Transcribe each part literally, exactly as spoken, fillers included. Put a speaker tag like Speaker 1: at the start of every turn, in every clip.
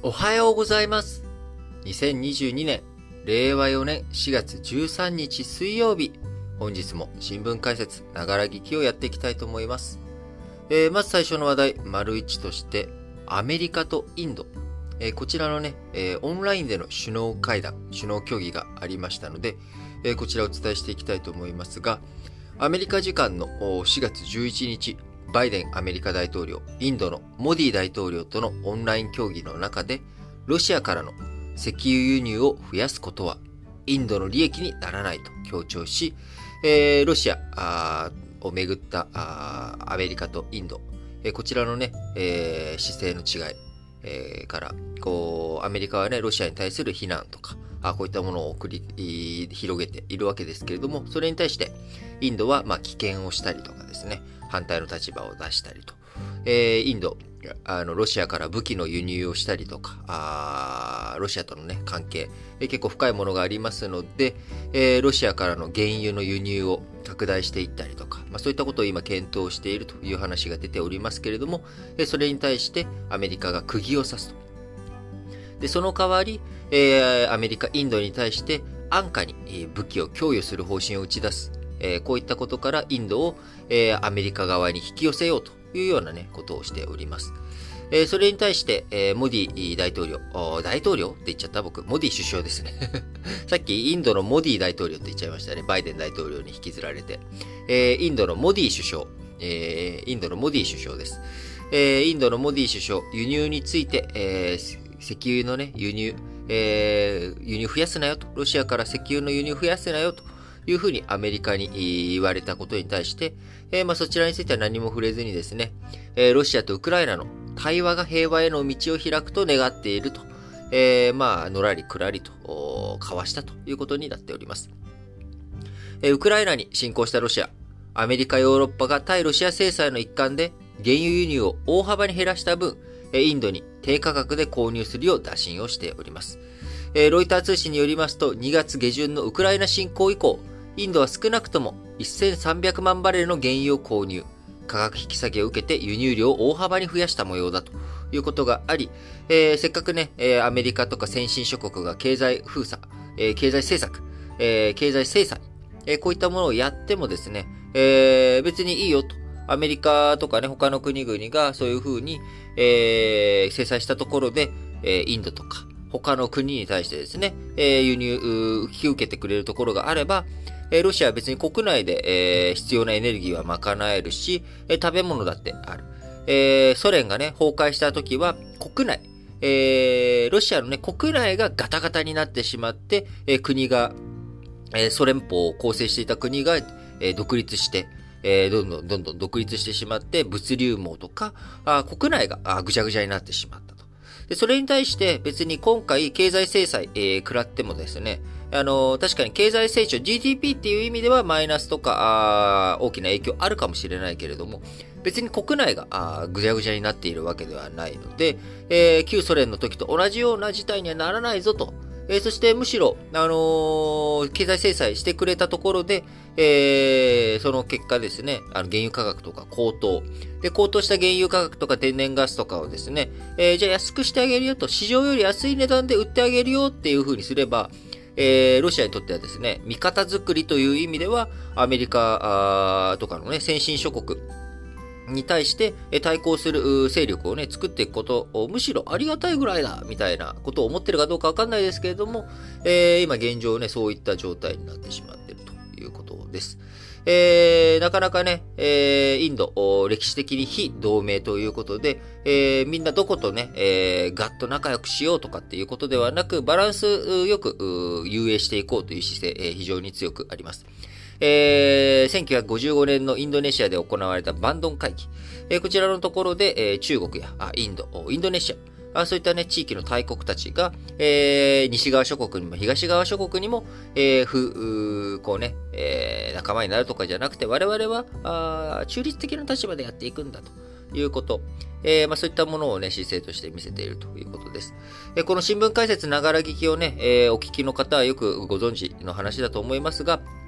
Speaker 1: おはようございます。にせんにじゅうにねん、れいわよねんしがつじゅうさんにち水曜日、本日も新聞解説、ながら聞きをやっていきたいと思います。えー、まず最初の話題、丸一として、アメリカとインド。えー、こちらのね、えー、オンラインでの首脳会談、首脳協議がありましたので、えー、こちらをお伝えしていきたいと思いますが、アメリカ時間のしがつじゅういちにち、バイデンアメリカ大統領、インドのモディ大統領とのオンライン協議の中で、ロシアからの石油輸入を増やすことは、インドの利益にならないと強調し、えー、ロシアをめぐったアメリカとインド、えー、こちらのね、えー、姿勢の違い、えー、から、こう、アメリカはね、ロシアに対する非難とか、あこういったものを送り、広げているわけですけれども、それに対して、インドは、まあ、棄権をしたりとかですね、反対の立場を出したりと、えー、インド、あの、ロシアから武器の輸入をしたりとか、あロシアとのね、関係、えー、結構深いものがありますので、えー、ロシアからの原油の輸入を拡大していったりとか、まあ、そういったことを今検討しているという話が出ておりますけれども、えー、それに対してアメリカが釘を刺すと。で、その代わり、えー、アメリカ、インドに対して安価に武器を供与する方針を打ち出す。えー、こういったことからインドを、えー、アメリカ側に引き寄せようというようなね、ことをしております。えー、それに対して、えー、モディ大統領、大統領って言っちゃった僕、モディ首相ですね。さっきインドのモディ大統領って言っちゃいましたね。バイデン大統領に引きずられて。えー、インドのモディ首相、えー、インドのモディ首相です。えー、インドのモディ首相、輸入について、えー、石油のね、輸入、えー、輸入増やすなよと。ロシアから石油の輸入増やすなよと。いうふうにアメリカに言われたことに対して、えー、まあそちらについては何も触れずにですね、えー、ロシアとウクライナの対話が平和への道を開くと願っていると、えー、まあのらりくらりと交わしたということになっております。えー、ウクライナに侵攻したロシア、アメリカ、ヨーロッパが対ロシア制裁の一環で原油輸入を大幅に減らした分、インドに低価格で購入するよう打診をしております。えー、ロイター通信によりますと、にがつげじゅんのウクライナ侵攻以降、インドは少なくともせんさんびゃくまんバレルの原油を購入。価格引き下げを受けて輸入量を大幅に増やした模様だということがあり、えー、せっかくね、えー、アメリカとか先進諸国が経済封鎖、えー、経済政策、えー、経済制裁、えー、こういったものをやってもですね、えー、別にいいよと。アメリカとかね、他の国々がそういうふうに、えー、制裁したところで、えー、インドとか他の国に対してですね、えー、輸入、引き受けてくれるところがあれば、えー、ロシアは別に国内で、えー、必要なエネルギーは賄えるし、えー、食べ物だってある。えー、ソ連がね、崩壊した時は国内、えー、ロシアのね、国内がガタガタになってしまって、えー、国が、えー、ソ連邦を構成していた国が、えー、独立して、えー、どんどんどんどん独立してしまって、物流網とか、あ国内があぐちゃぐちゃになってしまった。でそれに対して別に今回経済制裁、えー、食らってもですね、あのー、確かに経済成長 ジーディーピー っていう意味ではマイナスとか大きな影響あるかもしれないけれども、別に国内がぐちゃぐちゃになっているわけではないので、えー、旧ソ連の時と同じような事態にはならないぞと。えー、そしてむしろ、あのー、経済制裁してくれたところで、えー、その結果ですね、あの原油価格とか高騰。で、高騰した原油価格とか天然ガスとかをですね、えー、じゃあ安くしてあげるよと、市場より安い値段で売ってあげるよっていう風にすれば、えー、ロシアにとってはですね、味方作りという意味では、アメリカとかのね、先進諸国、に対して対抗する勢力をね、作っていくことをむしろありがたいぐらいだ、みたいなことを思ってるかどうかわかんないですけれども、えー、今現状ね、そういった状態になってしまっているということです。えー、なかなかね、えー、インド、歴史的に非同盟ということで、えー、みんなどことね、えー、ガッと仲良くしようとかっていうことではなく、バランスよく遊泳していこうという姿勢、えー、非常に強くあります。えー、せんきゅうひゃくごじゅうごねんのインドネシアで行われたバンドン会議。えー、こちらのところで、えー、中国やあインド、インドネシア、あそういったね、地域の大国たちが、えー、西側諸国にも東側諸国にも、えー、ふ、こうね、えー、仲間になるとかじゃなくて、我々は、あ中立的な立場でやっていくんだということ。えー、まあそういったものをね、姿勢として見せているということです。えー、この新聞解説ながら聞きをね、えー、お聞きの方はよくご存知の話だと思いますが、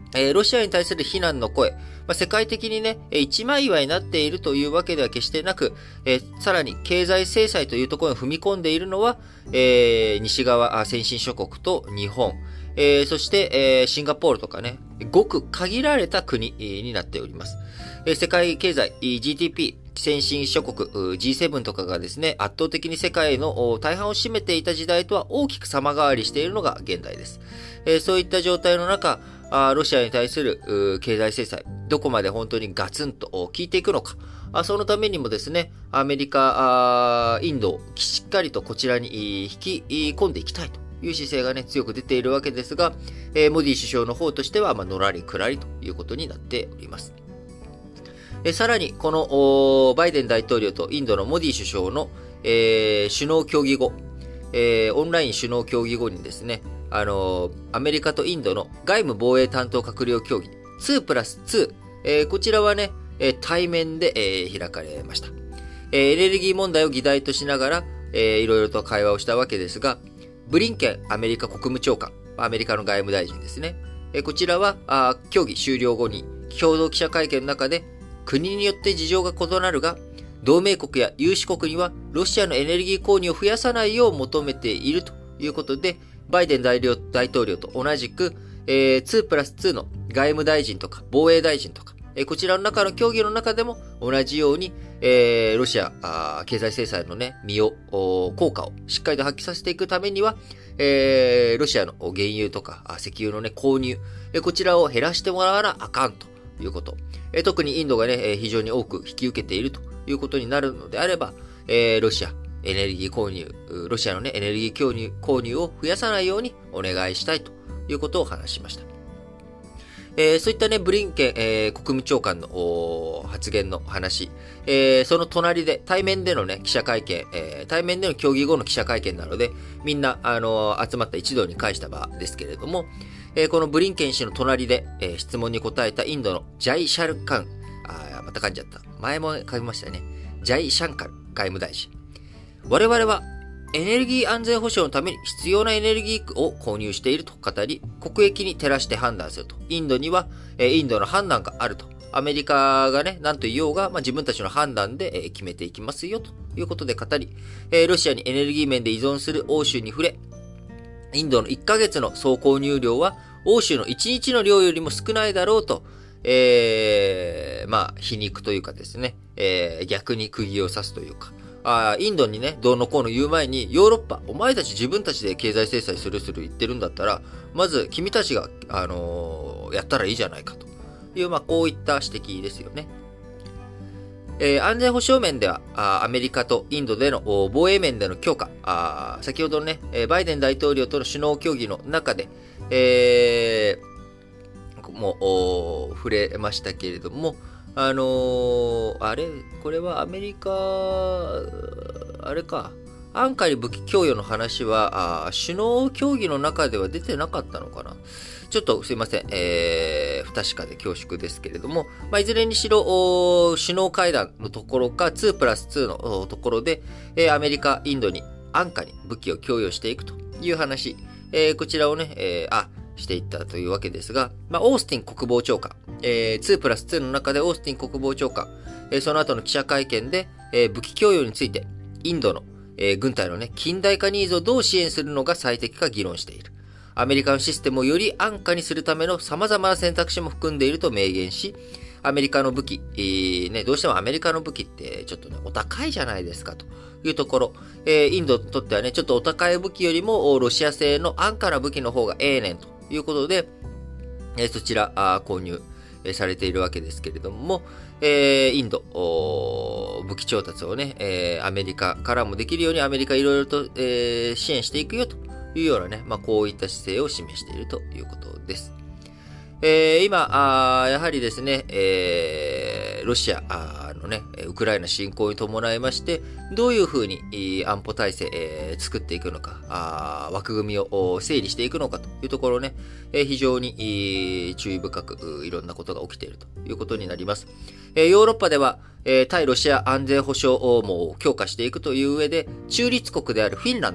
Speaker 1: えー、ロシアに対する非難の声、まあ、世界的にね、一枚岩になっているというわけでは決してなく、えー、さらに経済制裁というところに踏み込んでいるのは、えー、西側、先進諸国と日本、えー、そして、えー、シンガポールとかね、ごく限られた国になっております。えー、世界経済、ジーティーピー、先進諸国 ジーセブン とかがですね、圧倒的に世界の大半を占めていた時代とは大きく様変わりしているのが現代です。えー、そういった状態の中、あロシアに対する経済制裁、どこまで本当にガツンと効いていくのか、あそのためにもですね、アメリカ、インドをしっかりとこちらに引き込んでいきたいという姿勢がね、強く出ているわけですが、えー、モディ首相の方としては、まあ、のらりくらりということになっております。えー、さらに、このバイデン大統領とインドのモディ首相の、えー、首脳協議後、えー、オンライン首脳協議後にですね、あのー、アメリカとインドの外務防衛担当閣僚協議にプラスに、えー、こちらはね、えー、対面で、えー、開かれました。えー、エネルギー問題を議題としながら、えー、いろいろと会話をしたわけですが、ブリンケンアメリカ国務長官、アメリカの外務大臣ですね。えー、こちらはあ協議終了後に共同記者会見の中で、国によって事情が異なるが、同盟国や有志国にはロシアのエネルギー購入を増やさないよう求めているということで、バイデン大統領と同じく、えー、にプラスにの外務大臣とか防衛大臣とか、えー、こちらの中の協議の中でも同じように、えー、ロシアあ経済制裁のね、身を、効果をしっかりと発揮させていくためには、えー、ロシアの原油とか石油のね、購入、えー、こちらを減らしてもらわなあかんということ。えー、特にインドがね、非常に多く引き受けているということになるのであれば、えー、ロシア、エネルギー購入、ロシアのね、エネルギー購入、購入を増やさないようにお願いしたいということを話しました。えー、そういったね、ブリンケン、えー、国務長官の発言の話、えー、その隣で、対面でのね、記者会見、えー、対面での協議後の記者会見なので、みんな、あのー、集まった一堂に会した場ですけれども、えー、このブリンケン氏の隣で、えー、質問に答えたインドのジャイ・シャルカン、あまた噛んじゃった。前も噛みましたね。ジャイ・シャンカル外務大臣。我々はエネルギー安全保障のために必要なエネルギーを購入していると語り、国益に照らして判断すると。インドには、えインドの判断があると。アメリカがね、何と言おうが、まあ、自分たちの判断で、え決めていきますよということで語り、えロシアにエネルギー面で依存する欧州に触れ、インドのいっかげつの総購入量は欧州のいちにちの量よりも少ないだろうと、えー、まあ、皮肉というかですね、えー、逆に釘を刺すというか、あインドにね、どうのこうの言う前に、ヨーロッパ、お前たち自分たちで経済制裁するする言ってるんだったら、まず君たちが、あのー、やったらいいじゃないかという、まあ、こういった指摘ですよね。えー、安全保障面ではあ、アメリカとインドでの防衛面での強化、あ先ほどね、バイデン大統領との首脳協議の中で、えー、もう触れましたけれども、あのー、あれこれはアメリカ、あれか、安価に武器供与の話は、あ首脳協議の中では出てなかったのかな。ちょっとすいません、えー、不確かで恐縮ですけれども、まあ、いずれにしろ、首脳会談のところか、にプラスにのところで、えー、アメリカ、インドに安価に武器を供与していくという話、えー、こちらをね、えー、あ、していったというわけですが、まあ、オースティン国防長官、えー、にプラスにの中でオースティン国防長官、えー、その後の記者会見で、えー、武器供与について、インドの、えー、軍隊のね、近代化ニーズをどう支援するのが最適か議論している。アメリカのシステムをより安価にするための様々な選択肢も含んでいると明言し、アメリカの武器、えーね、どうしてもアメリカの武器ってちょっとね、お高いじゃないですかというところ、えー、インドにとってはね、ちょっとお高い武器よりもロシア製の安価な武器の方がええねんということで、えー、そちらあ購入されているわけですけれども、えー、インド、武器調達をね、えー、アメリカからもできるようにアメリカいろいろと、えー、支援していくよというようなね、まあ、こういった姿勢を示しているということです。えー、今あ、やはりですね、えー、ロシアのね、ウクライナ侵攻に伴いまして、どういうふうに安保体制、えー、作っていくのか、あ枠組みを整理していくのかというところね、えー、非常に注意深くいろんなことが起きているということになります。えー、ヨーロッパでは、えー、対ロシア安全保障網を強化していくという上で、中立国であるフィンランド、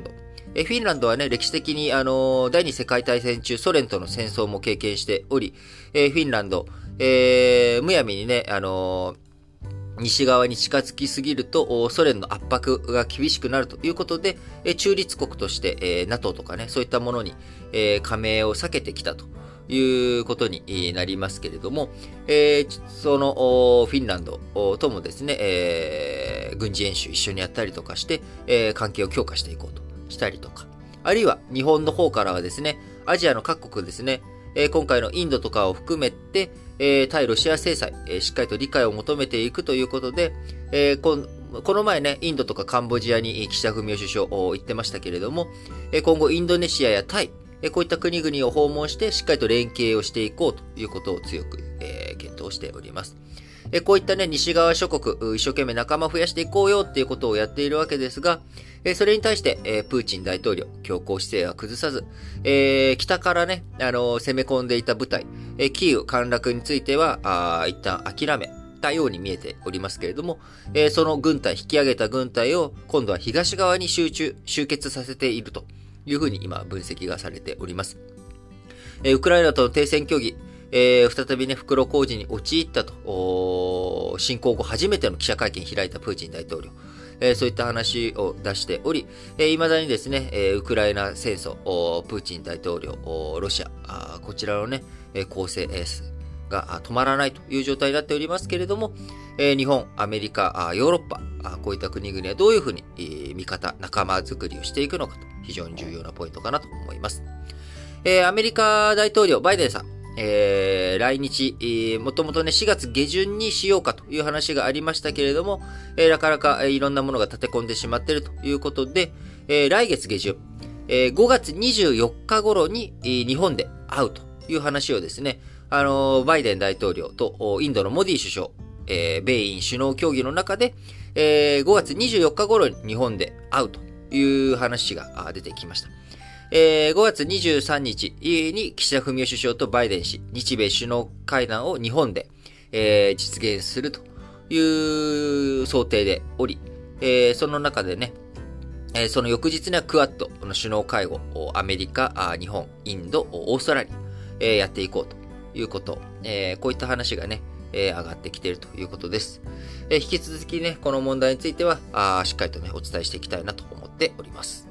Speaker 1: えフィンランドはね、歴史的に、あの第二次世界大戦中、ソ連との戦争も経験しており、えフィンランド、えー、むやみにね、あの西側に近づきすぎると、ソ連の圧迫が厳しくなるということで、中立国として、えー、ナトー とかね、そういったものに、えー、加盟を避けてきたということになりますけれども、えー、そのフィンランドともですね、えー、軍事演習一緒にやったりとかして、えー、関係を強化していこうとしたりとか、あるいは日本の方からはですね、アジアの各国ですね、えー、今回のインドとかを含めて、えー、対ロシア制裁、えー、しっかりと理解を求めていくということで、えー、こ, この前ね、インドとかカンボジアに岸田文雄首相言ってましたけれども、えー、今後インドネシアやタイ、えー、こういった国々を訪問してしっかりと連携をしていこうということを強く、えー、検討しております。えー、こういったね、西側諸国、一生懸命仲間を増やしていこうよっていうことをやっているわけですが、えー、それに対して、えー、プーチン大統領、強硬姿勢は崩さず、えー、北からね、あのー、攻め込んでいた部隊、えー、キーウ陥落については、あ一旦諦めたように見えておりますけれども、えー、その軍隊、引き上げた軍隊を今度は東側に集中、集結させているというふうに今分析がされております。えー、ウクライナとの停戦協議、えー、再びね、袋小路に陥ったと、侵攻後初めての記者会見を開いたプーチン大統領。えー、そういった話を出しており、えー、未だにですね、えー、ウクライナ戦争、プーチン大統領、ロシア、こちらのね、攻勢が止まらないという状態になっておりますけれども、えー、日本、アメリカ、ヨーロッパ、こういった国々はどういうふうに、えー、味方、仲間づくりをしていくのかと、非常に重要なポイントかなと思います。えー、アメリカ大統領、バイデンさん、えー、来日、えー、もともとね、しがつ下旬にしようかという話がありましたけれども、えー、なかなか、えー、いろんなものが立て込んでしまっているということで、えー、来月下旬、えー、ごがつにじゅうよっか頃に、えー、日本で会うという話をですね、あのー、バイデン大統領とインドのモディ首相、えー、米印首脳協議の中で、えー、ごがつにじゅうよっか頃に日本で会うという話が出てきました。えー、ごがつにじゅうさんにちに岸田文雄首相とバイデン氏、日米首脳会談を日本で、えー、実現するという想定でおり、えー、その中でね、えー、その翌日にはクアッドの首脳会合、アメリカ、日本、インド、オーストラリア、えー、やっていこうということ、えー、こういった話がね、えー、上がってきているということです。えー、引き続きね、この問題については、あしっかりとね、お伝えしていきたいなと思っております。